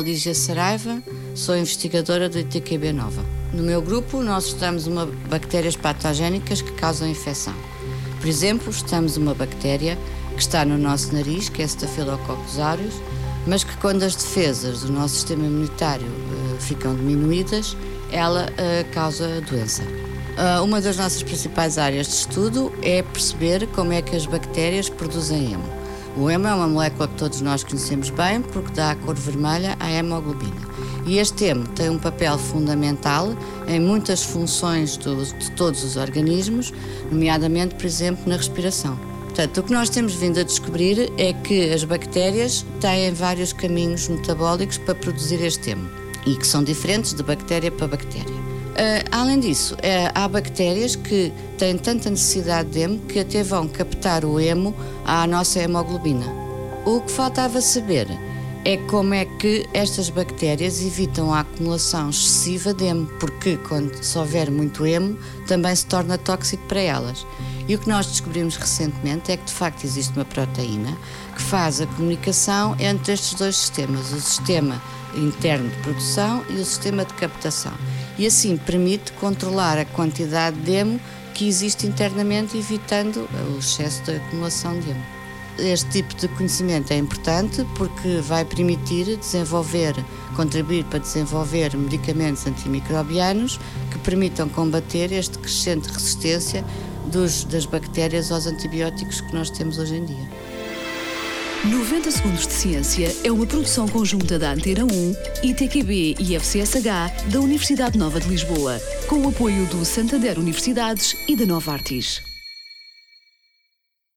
Lígia Saraiva, sou investigadora do ITQB Nova. No meu grupo, nós estudamos bactérias patogénicas que causam infecção. Por exemplo, estudamos uma bactéria que está no nosso nariz, que é Staphylococcus aureus, mas que quando as defesas do nosso sistema imunitário ficam diminuídas, ela causa a doença. Uma das nossas principais áreas de estudo é perceber como é que as bactérias produzem hemo. O hemo é uma molécula que todos nós conhecemos bem porque dá a cor vermelha à hemoglobina. E este hemo tem um papel fundamental em muitas funções de todos os organismos, nomeadamente, por exemplo, na respiração. Portanto, o que nós temos vindo a descobrir é que as bactérias têm vários caminhos metabólicos para produzir este hemo e que são diferentes de bactéria para bactéria. Além disso, há bactérias que têm tanta necessidade de hemo que até vão captar o hemo à nossa hemoglobina. O que faltava saber é como é que estas bactérias evitam a acumulação excessiva de hemo, porque se houver muito hemo, também se torna tóxico para elas. E o que nós descobrimos recentemente é que, de facto, existe uma proteína que faz a comunicação entre estes dois sistemas, o sistema interno de produção e o sistema de captação. E assim permite controlar a quantidade de hemo que existe internamente, evitando o excesso de acumulação de hemo. Este tipo de conhecimento é importante porque vai permitir contribuir para desenvolver medicamentos antimicrobianos que permitam combater esta crescente resistência das bactérias aos antibióticos que nós temos hoje em dia. 90 Segundos de Ciência é uma produção conjunta da Antena 1, ITQB e FCSH da Universidade Nova de Lisboa, com o apoio do Santander Universidades e da Novartis.